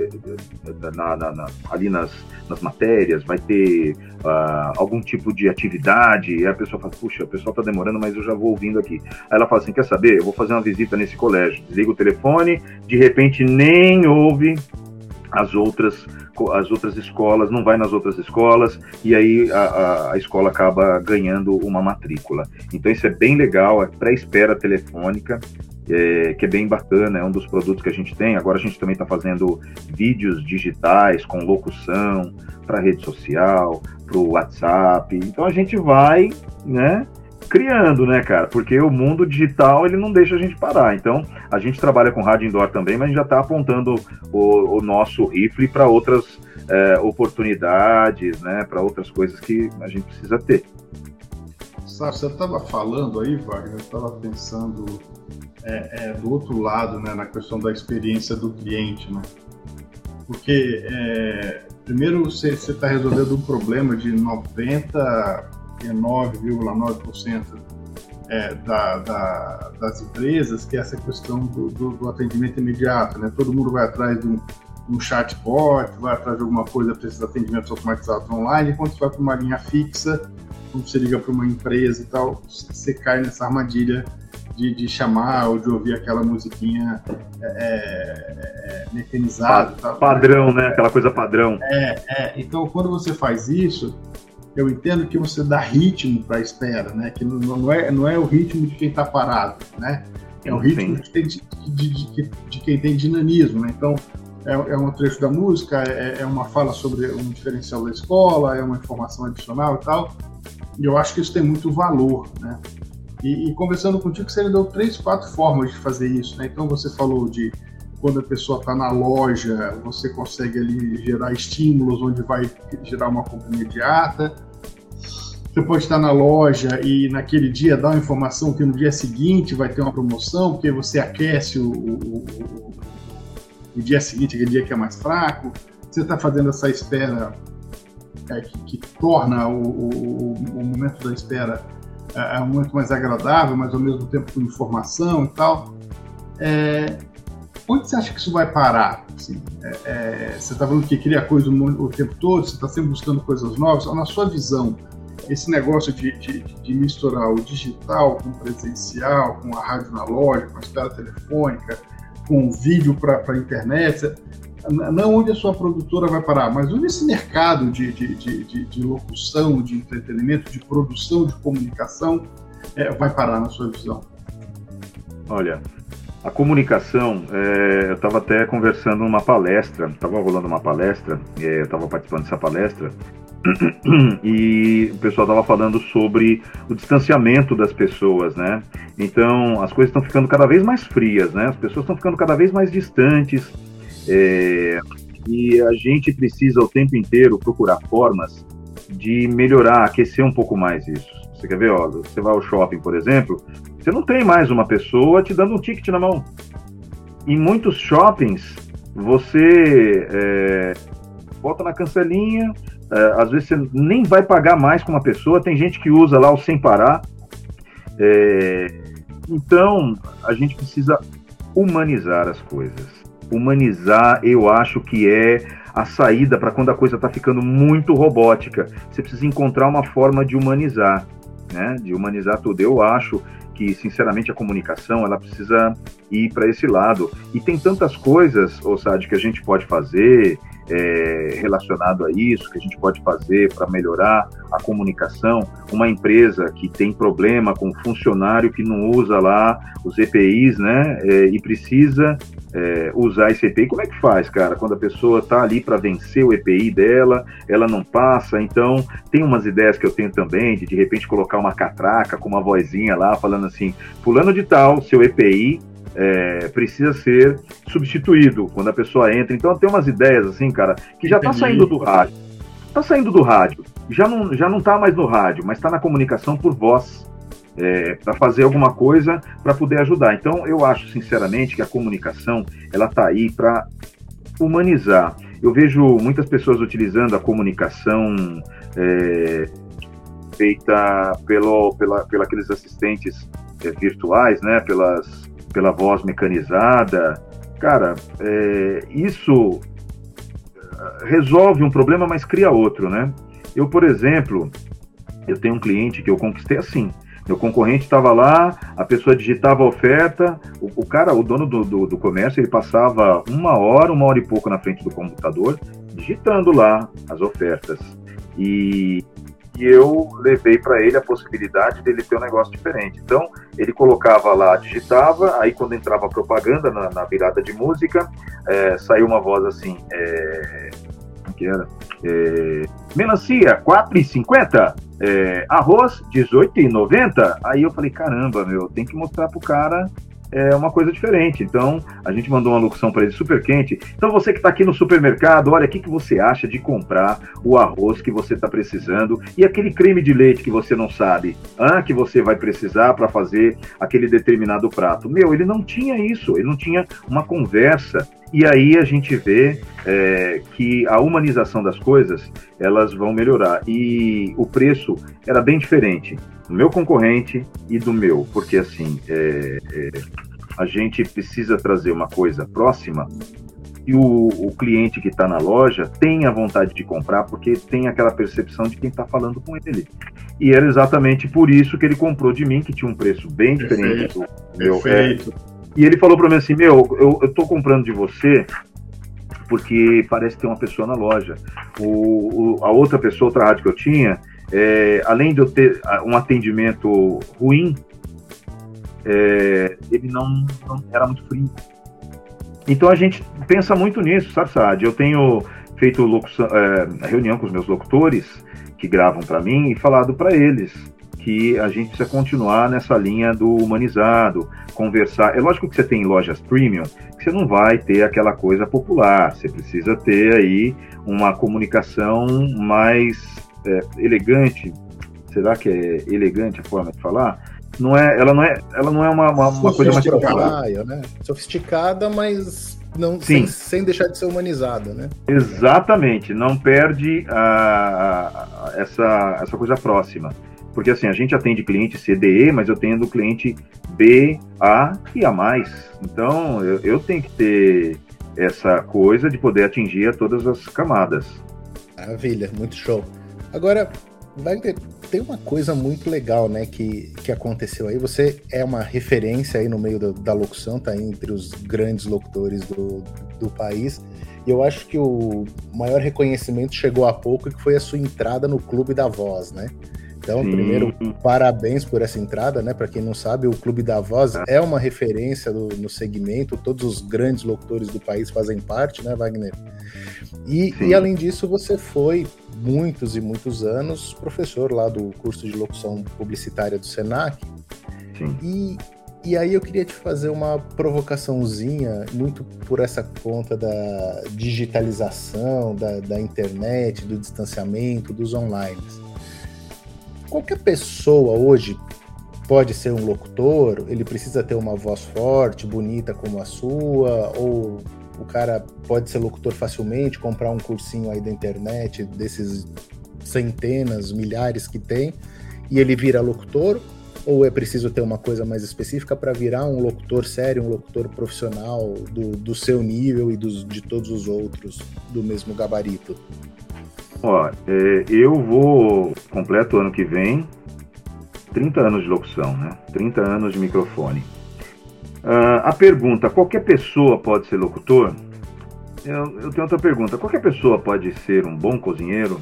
na, na, na, ali nas, nas matérias, vai ter uh, algum tipo de atividade, e a pessoa fala, puxa, o pessoal está demorando, mas eu já vou ouvindo aqui. Aí ela fala assim, quer saber, eu vou fazer uma visita nesse colégio, desliga o telefone, de repente nem ouve as outras, as outras escolas, não vai nas outras escolas, e aí a, a, a escola acaba ganhando uma matrícula. Então isso é bem legal, é pré-espera telefônica, é, que é bem bacana, é um dos produtos que a gente tem. Agora a gente também está fazendo vídeos digitais com locução para rede social, para o WhatsApp. Então a gente vai, né, criando, né, cara? Porque o mundo digital, ele não deixa a gente parar. Então, a gente trabalha com rádio indoor também, mas a gente já está apontando o, o nosso rifle para outras é, oportunidades, né? Para outras coisas que a gente precisa ter.
Sabe, você estava falando aí, Wagner, eu estava pensando é, é, do outro lado, né, na questão da experiência do cliente, né? Porque, é, primeiro, você está resolvendo um problema de noventa e nove vírgula nove por cento é, da, da, das empresas, que é essa questão do, do, do atendimento imediato, né? Todo mundo vai atrás de um, um chatbot, vai atrás de alguma coisa para esses atendimentos automatizados online, e quando você vai para uma linha fixa, quando você liga para uma empresa e tal, você cai nessa armadilha de, de chamar ou de ouvir aquela musiquinha é, é, mecanizada.
Pa- padrão, né? Aquela coisa padrão.
É, é, então quando você faz isso, eu entendo que você dá ritmo para a espera, né? Que não, não, é, não é o ritmo de quem está parado, né? É o ritmo de, de, de, de, de quem tem dinamismo, né? Então, é, é um trecho da música, é, é uma fala sobre um diferencial da escola, é uma informação adicional e tal, e eu acho que isso tem muito valor, né? E, e conversando contigo, você deu três, quatro formas de fazer isso, né? Então, você falou de quando a pessoa está na loja, você consegue ali gerar estímulos onde vai gerar uma compra imediata. Você pode estar na loja e naquele dia dar uma informação que no dia seguinte vai ter uma promoção, porque você aquece o, o, o, o dia seguinte, aquele dia que é mais fraco. Você está fazendo essa espera é, que, que torna o, o, o momento da espera é, um momento mais agradável, mas ao mesmo tempo com informação e tal. É, onde você acha que isso vai parar? Assim, é, é, você está falando que cria coisa o, o tempo todo, você está sempre buscando coisas novas. Na sua visão, esse negócio de, de, de misturar o digital com o presencial, com a rádio analógica, com a espera telefônica, com o vídeo para a internet, não onde a sua produtora vai parar, mas onde esse mercado de, de, de, de, de locução, de entretenimento, de produção, de comunicação é, vai parar na sua visão?
Olha, a comunicação, é, eu estava até conversando numa palestra, estava rolando uma palestra, é, eu estava participando dessa palestra, e o pessoal estava falando sobre o distanciamento das pessoas, né? Então, as coisas estão ficando cada vez mais frias, né? As pessoas estão ficando cada vez mais distantes, é, e a gente precisa o tempo inteiro procurar formas de melhorar, aquecer um pouco mais isso. Você quer ver, ó, você vai ao shopping, por exemplo, você não tem mais uma pessoa te dando um ticket na mão. Em muitos shoppings, você é, bota na cancelinha, é, às vezes você nem vai pagar mais com uma pessoa, tem gente que usa lá o sem parar. É, então, a gente precisa humanizar as coisas. Humanizar, eu acho que é a saída para quando a coisa está ficando muito robótica. Você precisa encontrar uma forma de humanizar, né? De humanizar tudo. Eu acho que, sinceramente, a comunicação ela precisa ir para esse lado. E tem tantas coisas, ô Sadi, que a gente pode fazer é, relacionado a isso, que a gente pode fazer para melhorar a comunicação. Uma empresa que tem problema com um funcionário que não usa lá os E P Is, né? É, e precisa é, usar esse E P I. Como é que faz, cara? Quando a pessoa está ali para vencer o E P I dela, ela não passa. Então, tem umas ideias que eu tenho também, de de repente colocar uma catraca com uma vozinha lá, falando assim, fulano de tal, seu E P I é, precisa ser substituído quando a pessoa entra. Então, tem umas ideias assim, cara, que já está saindo do rádio. Está saindo do rádio. Já não, já não está mais no rádio, mas está na comunicação por voz. É, para fazer alguma coisa para poder ajudar. Então eu acho sinceramente que a comunicação ela está aí para humanizar. Eu vejo muitas pessoas utilizando a comunicação é, feita pelo, pela, pela aqueles assistentes é, virtuais, né, pelas, pela voz mecanizada. Cara, é, isso resolve um problema, mas cria outro, né? Eu, por exemplo, eu tenho um cliente que eu conquistei assim. Meu concorrente estava lá, a pessoa digitava a oferta, o, o cara, o dono do, do, do comércio, ele passava uma hora, uma hora e pouco na frente do computador, digitando lá as ofertas. E, e eu levei para ele a possibilidade dele ter um negócio diferente. Então, ele colocava lá, digitava, aí quando entrava a propaganda na, na virada de música, é, saiu uma voz assim, é, que era? É, melancia, quatro reais e cinquenta centavos. É, arroz, dezoito reais e noventa centavos. Aí eu falei, caramba, meu, tem que mostrar pro cara é, uma coisa diferente. Então, a gente mandou uma locução para ele super quente. Então, você que está aqui no supermercado, olha, o que, que você acha de comprar o arroz que você está precisando e aquele creme de leite que você não sabe, ah, que você vai precisar para fazer aquele determinado prato. Meu, ele não tinha isso, ele não tinha uma conversa. E aí a gente vê é, que a humanização das coisas, elas vão melhorar. E o preço era bem diferente do meu concorrente e do meu, porque assim, é, é, a gente precisa trazer uma coisa próxima e o, o cliente que está na loja tem a vontade de comprar, porque tem aquela percepção de quem está falando com ele. E era exatamente por isso que ele comprou de mim, que tinha um preço bem diferente do meu.
Perfeito.
É, E ele falou para mim assim, meu, eu, eu tô comprando de você porque parece ter uma pessoa na loja. O, o, a outra pessoa, outra rádio que eu tinha, é, além de eu ter um atendimento ruim, é, ele não, não era muito frio. Então a gente pensa muito nisso, sabe, Saad? Eu tenho feito locução, é, reunião com os meus locutores que gravam para mim e falado para eles que a gente precisa continuar nessa linha do humanizado, conversar. É lógico que você tem lojas premium, que você não vai ter aquela coisa popular, você precisa ter aí uma comunicação mais é, elegante. Será que é elegante a forma de falar? Não é, ela não é, ela não é uma, uma, uma coisa mais popular,
né? Sofisticada, mas não sem, sem deixar de ser humanizada, né?
Exatamente, não perde a, a, essa, essa coisa próxima. Porque assim, a gente atende cliente C D E, mas eu tenho do cliente B, A e A mais. Então, eu, eu tenho que ter essa coisa de poder atingir a todas as camadas.
Maravilha, muito show. Agora, Wagner, tem uma coisa muito legal, né, que, que aconteceu aí. Você é uma referência aí no meio da, da locução, tá entre os grandes locutores do, do país. E eu acho que o maior reconhecimento chegou há pouco, que foi a sua entrada no Clube da Voz, né? Então, Sim. primeiro, parabéns por essa entrada, né? Para quem não sabe, o Clube da Voz é uma referência do, no segmento, todos os grandes locutores do país fazem parte, né, Wagner? E, e além disso, você foi muitos e muitos anos professor lá do curso de locução publicitária do Senac.
Sim.
E, e aí eu queria te fazer uma provocaçãozinha, muito por essa conta da digitalização, da, da internet, do distanciamento, dos online. Qualquer pessoa hoje pode ser um locutor, ele precisa ter uma voz forte, bonita como a sua, ou o cara pode ser locutor facilmente, comprar um cursinho aí da internet, desses centenas, milhares que tem, e ele vira locutor, ou é preciso ter uma coisa mais específica para virar um locutor sério, um locutor profissional do, do seu nível e dos, de todos os outros do mesmo gabarito?
Ó, é, eu vou, completo ano que vem, trinta anos de locução, né? trinta anos de microfone. Uh, a pergunta, qualquer pessoa pode ser locutor? Eu, eu tenho outra pergunta, qualquer pessoa pode ser um bom cozinheiro?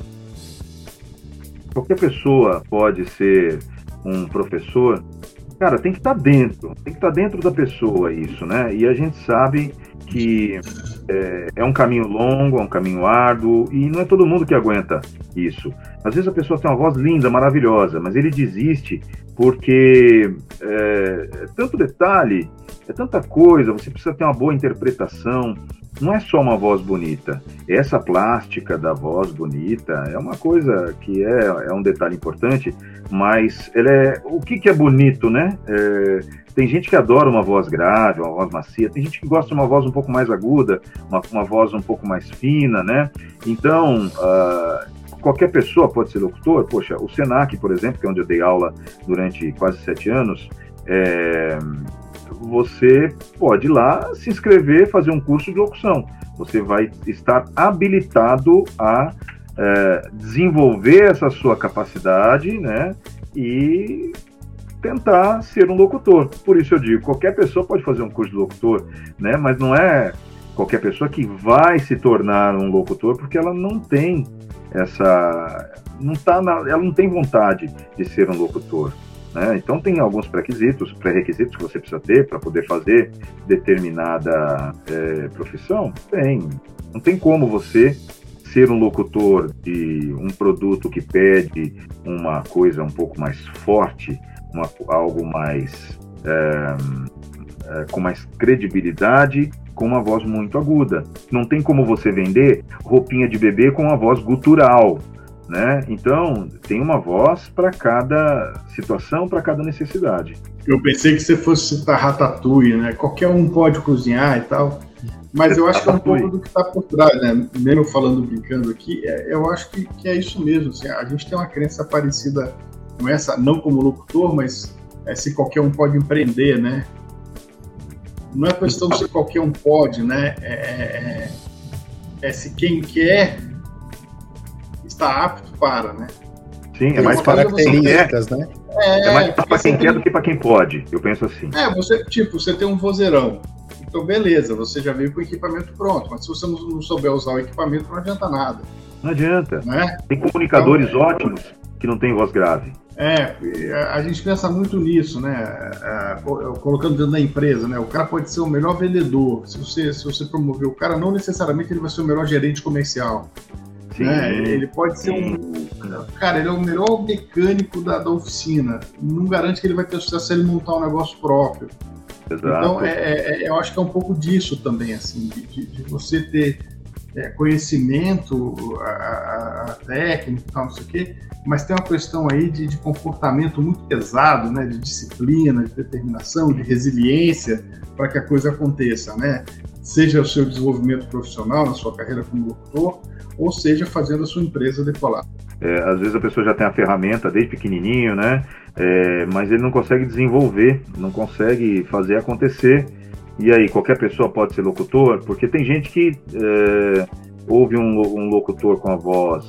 Qualquer pessoa pode ser um professor? Cara, tem que estar dentro, tem que estar dentro da pessoa isso, né? E a gente sabe que é, é um caminho longo, é um caminho árduo, e não é todo mundo que aguenta isso. Às vezes a pessoa tem uma voz linda, maravilhosa, mas ele desiste porque é, é tanto detalhe, é tanta coisa, você precisa ter uma boa interpretação. Não é só uma voz bonita, essa plástica da voz bonita é uma coisa que é, é um detalhe importante, mas ela é, o que, que é bonito, né? É, tem gente que adora uma voz grave, uma voz macia, tem gente que gosta de uma voz um pouco mais aguda, uma, uma voz um pouco mais fina, né? Então, uh, qualquer pessoa pode ser locutor. Poxa, o Senac, por exemplo, que é onde eu dei aula durante quase sete anos, é... você pode ir lá se inscrever, fazer um curso de locução. Você vai estar habilitado a é, desenvolver essa sua capacidade, né, e tentar ser um locutor. Por isso eu digo, qualquer pessoa pode fazer um curso de locutor, né, mas não é qualquer pessoa que vai se tornar um locutor, porque ela não tem essa... Não tá na, ela não tem vontade de ser um locutor. Né? Então tem alguns pré-requisitos, pré-requisitos que você precisa ter para poder fazer determinada é, profissão. Tem. Não tem como você ser um locutor de um produto que pede uma coisa um pouco mais forte, uma, algo mais é, é, com mais credibilidade, com uma voz muito aguda. Não tem como você vender roupinha de bebê com uma voz gutural. Né? Então, tem uma voz para cada situação, para cada necessidade.
Eu pensei que você fosse citar Ratatouille, né? Qualquer um pode cozinhar e tal, mas eu acho que é um pouco do que está por trás, né? Mesmo falando, brincando aqui, é, eu acho que, que é isso mesmo. Assim, a gente tem uma crença parecida com essa, não como locutor, mas é, se qualquer um pode empreender, né? Não é questão de se qualquer um pode, né? É, é, é se quem quer está apto para, né?
Sim, é mais para características, né? É, é mais para quem quer tem... do que para quem pode, eu penso assim.
É, você, tipo, você tem um vozeirão, então beleza, você já veio com o equipamento pronto, mas se você não souber usar o equipamento, não adianta nada.
Não adianta. Né? Tem comunicadores então, ótimos que não tem voz grave.
É, a gente pensa muito nisso, né? Colocando dentro da empresa, né? O cara pode ser o melhor vendedor. Se você, se você promover o cara, não necessariamente ele vai ser o melhor gerente comercial.
Sim,
né? Ele pode ser
sim.
um... Cara, ele é o melhor mecânico da, da oficina. Não garante que ele vai ter sucesso se ele montar um negócio próprio.
Exato.
Então, é, é, eu acho que é um pouco disso também, assim, de, de você ter é, conhecimento, a, a, a técnica e tal, não sei o quê, mas tem uma questão aí de, de comportamento muito pesado, né, de disciplina, de determinação, de resiliência para que a coisa aconteça, né? Seja o seu desenvolvimento profissional na sua carreira como locutor, ou seja, fazendo a sua empresa decolar.
É, às vezes a pessoa já tem a ferramenta desde pequenininho, né? É, mas ele não consegue desenvolver, não consegue fazer acontecer. E aí, qualquer pessoa pode ser locutor? Porque tem gente que é, ouve um, um locutor com a voz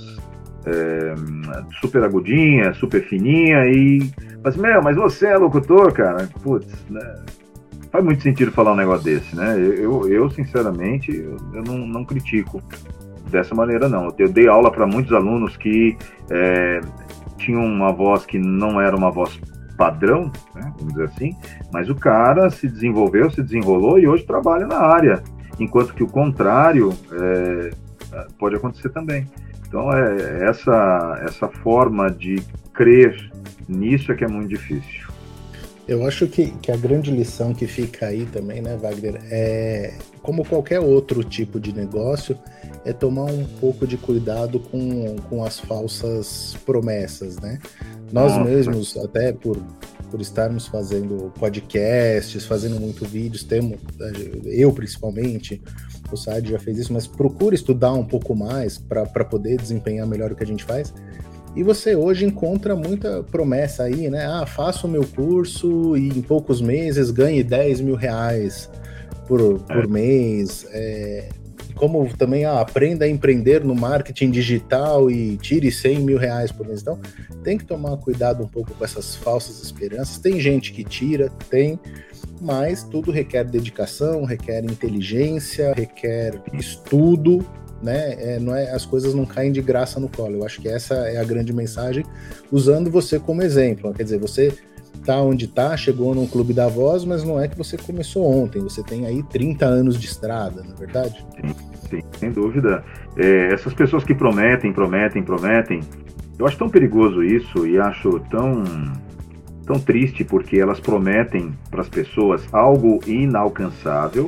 é, super agudinha, super fininha e fala assim, meu, mas você é locutor, cara? Putz, né? Faz muito sentido falar um negócio desse, né? Eu, eu sinceramente, eu, eu não, não critico dessa maneira, não. Eu dei aula para muitos alunos que é, tinham uma voz que não era uma voz padrão, né, vamos dizer assim, mas o cara se desenvolveu, se desenrolou e hoje trabalha na área, enquanto que o contrário é, pode acontecer também. Então, é, essa, essa forma de crer nisso é que é muito difícil.
Eu acho que, que a grande lição que fica aí também, né, Wagner, é, como qualquer outro tipo de negócio, é tomar um pouco de cuidado com, com as falsas promessas, né? Nós Nossa. mesmos, até por, por estarmos fazendo podcasts, fazendo muito vídeos, temos, eu principalmente, o Saad já fez isso, mas procura estudar um pouco mais para poder desempenhar melhor o que a gente faz. E você hoje encontra muita promessa aí, né? Ah, faça o meu curso e em poucos meses ganhe dez mil reais por, por é. mês. É, como também, ah, aprenda a empreender no marketing digital e tire cem mil reais por mês. Então, tem que tomar cuidado um pouco com essas falsas esperanças. Tem gente que tira, tem, mas tudo requer dedicação, requer inteligência, requer estudo, né? É, não é, as coisas não caem de graça no colo. Eu acho que essa é a grande mensagem, usando você como exemplo. Quer dizer, você tá onde tá, chegou num clube da voz, mas não é que você começou ontem, você tem aí trinta anos de estrada, não é verdade?
Sim, sim, sem dúvida. É, essas pessoas que prometem, prometem, prometem, eu acho tão perigoso isso e acho tão, tão triste, porque elas prometem para as pessoas algo inalcançável,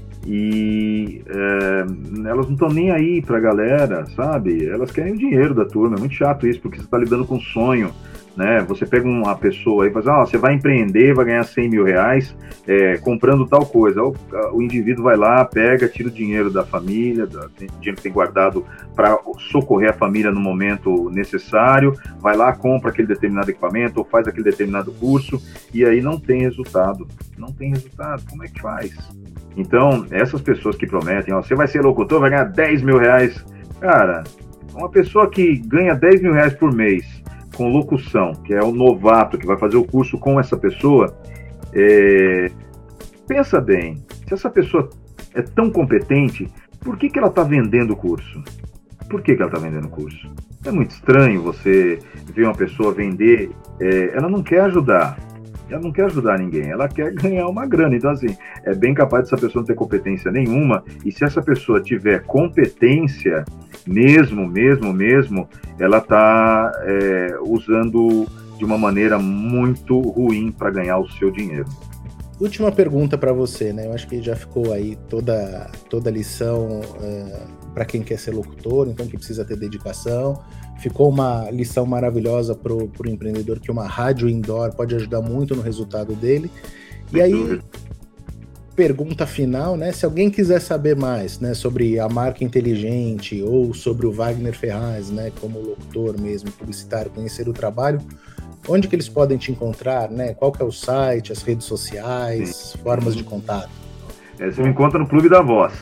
e é, elas não estão nem aí pra galera, sabe? Elas querem o dinheiro da turma, é muito chato isso, porque você está lidando com um sonho, né? Você pega uma pessoa e fala assim, ah, você vai empreender, vai ganhar cem mil reais é, comprando tal coisa. O, o indivíduo vai lá, pega, tira o dinheiro da família, da, tem, dinheiro que tem guardado para socorrer a família no momento necessário, vai lá, compra aquele determinado equipamento ou faz aquele determinado curso e aí não tem resultado. Não tem resultado, como é que faz? Então, essas pessoas que prometem, ó, você vai ser locutor, vai ganhar dez mil reais. Cara, uma pessoa que ganha dez mil reais por mês com locução, que é o novato que vai fazer o curso com essa pessoa, é... pensa bem, se essa pessoa é tão competente, por que que ela está vendendo o curso? Por que que ela está vendendo o curso? É muito estranho você ver uma pessoa vender, é... ela não quer ajudar. Ela não quer ajudar ninguém, ela quer ganhar uma grana. Então, assim, é bem capaz dessa pessoa não ter competência nenhuma, e se essa pessoa tiver competência, mesmo, mesmo, mesmo, ela está é, usando de uma maneira muito ruim para ganhar o seu dinheiro.
Última pergunta para você, né? Eu acho que já ficou aí toda, toda a lição é, para quem quer ser locutor, então que precisa ter dedicação. Ficou uma lição maravilhosa para o empreendedor, que uma rádio indoor pode ajudar muito no resultado dele. E aí, pergunta final, né? Se alguém quiser saber mais, né, sobre a marca inteligente ou sobre o Wagner Ferraz, né, como locutor mesmo, publicitário, conhecer o trabalho, onde que eles podem te encontrar, né? Qual que é o site, as redes sociais, Sim. formas de contato?
É, você me encontra no Clube da Voz.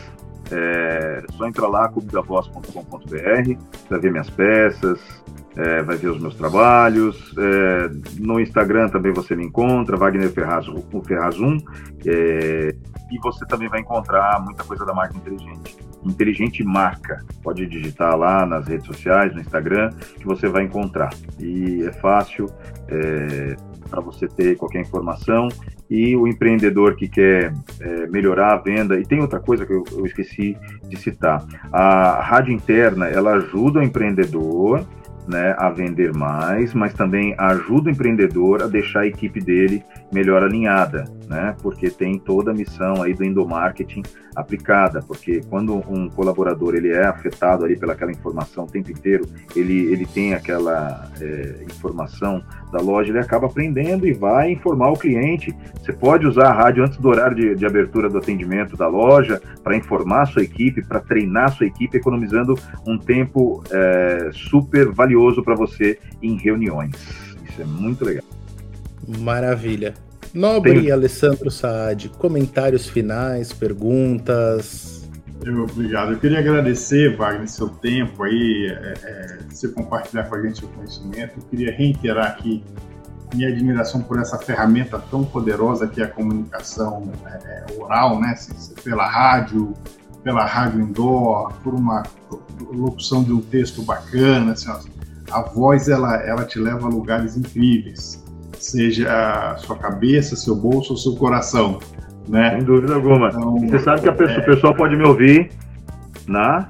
É só entrar lá, clube da voz ponto com ponto b r, vai ver minhas peças, é, vai ver os meus trabalhos. É, no Instagram também você me encontra, Wagner Ferraz, o Ferraz um, é, e você também vai encontrar muita coisa da marca inteligente. Inteligente Marca. Pode digitar lá nas redes sociais, no Instagram, que você vai encontrar. E é fácil é, para você ter qualquer informação. E o empreendedor que quer é, melhorar a venda, e tem outra coisa que eu, eu esqueci de citar, a rádio interna, ela ajuda o empreendedor, né, a vender mais, mas também ajuda o empreendedor a deixar a equipe dele melhor alinhada, né, porque tem toda a missão aí do endomarketing aplicada, porque quando um colaborador ele é afetado ali pelaquela informação o tempo inteiro, ele, ele tem aquela é, informação da loja, ele acaba aprendendo e vai informar o cliente. Você pode usar a rádio antes do horário de, de abertura do atendimento da loja para informar a sua equipe, para treinar a sua equipe, economizando um tempo é, super valioso para você em reuniões. Isso é muito legal.
Maravilha. Nobre
Tem...
Alessandro Saad, comentários finais, perguntas.
Eu, obrigado. Eu queria agradecer, Wagner, seu tempo aí, é, é, você compartilhar com a gente o conhecimento. Eu queria reiterar aqui minha admiração por essa ferramenta tão poderosa que é a comunicação é, oral, né? Pela rádio, pela rádio indoor, por uma locução de um texto bacana. Assim, ó, a voz, ela, ela te leva a lugares incríveis, seja a sua cabeça, seu bolso ou seu coração, né?
Sem dúvida alguma. Então, você sabe que a pessoa, é... o pessoal pode me ouvir na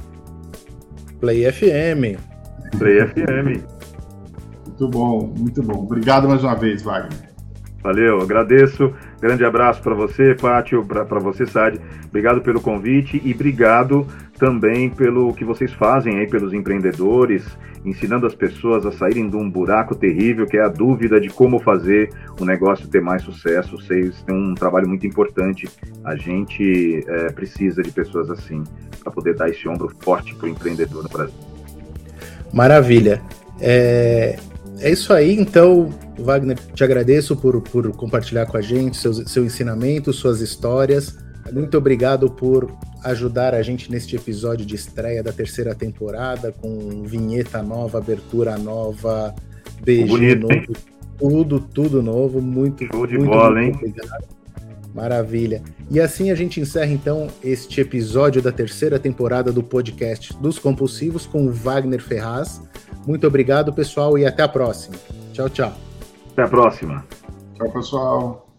Play F M.
Play F M.
Muito bom, muito bom. Obrigado mais uma vez, Wagner.
Valeu, agradeço. Grande abraço para você, Pátio, para você, Saad. Obrigado pelo convite e obrigado também pelo que vocês fazem aí pelos empreendedores, ensinando as pessoas a saírem de um buraco terrível, que é a dúvida de como fazer o negócio ter mais sucesso. Vocês têm um trabalho muito importante. A gente é, precisa de pessoas assim para poder dar esse ombro forte para o empreendedor no Brasil.
Maravilha. É... É isso aí, então, Wagner, te agradeço por, por compartilhar com a gente seus, seu ensinamento, suas histórias. Muito obrigado por ajudar a gente neste episódio de estreia da terceira temporada, com vinheta nova, abertura nova, B G
Bonito,
novo,
hein?
tudo, tudo novo. Muito,
Show de
muito,
bola,
muito
hein?
obrigado. Maravilha. E assim a gente encerra, então, este episódio da terceira temporada do podcast dos Compulsivos com Wagner Ferraz. Muito obrigado, pessoal, e até a próxima. Tchau, tchau.
Até a próxima.
Tchau, pessoal.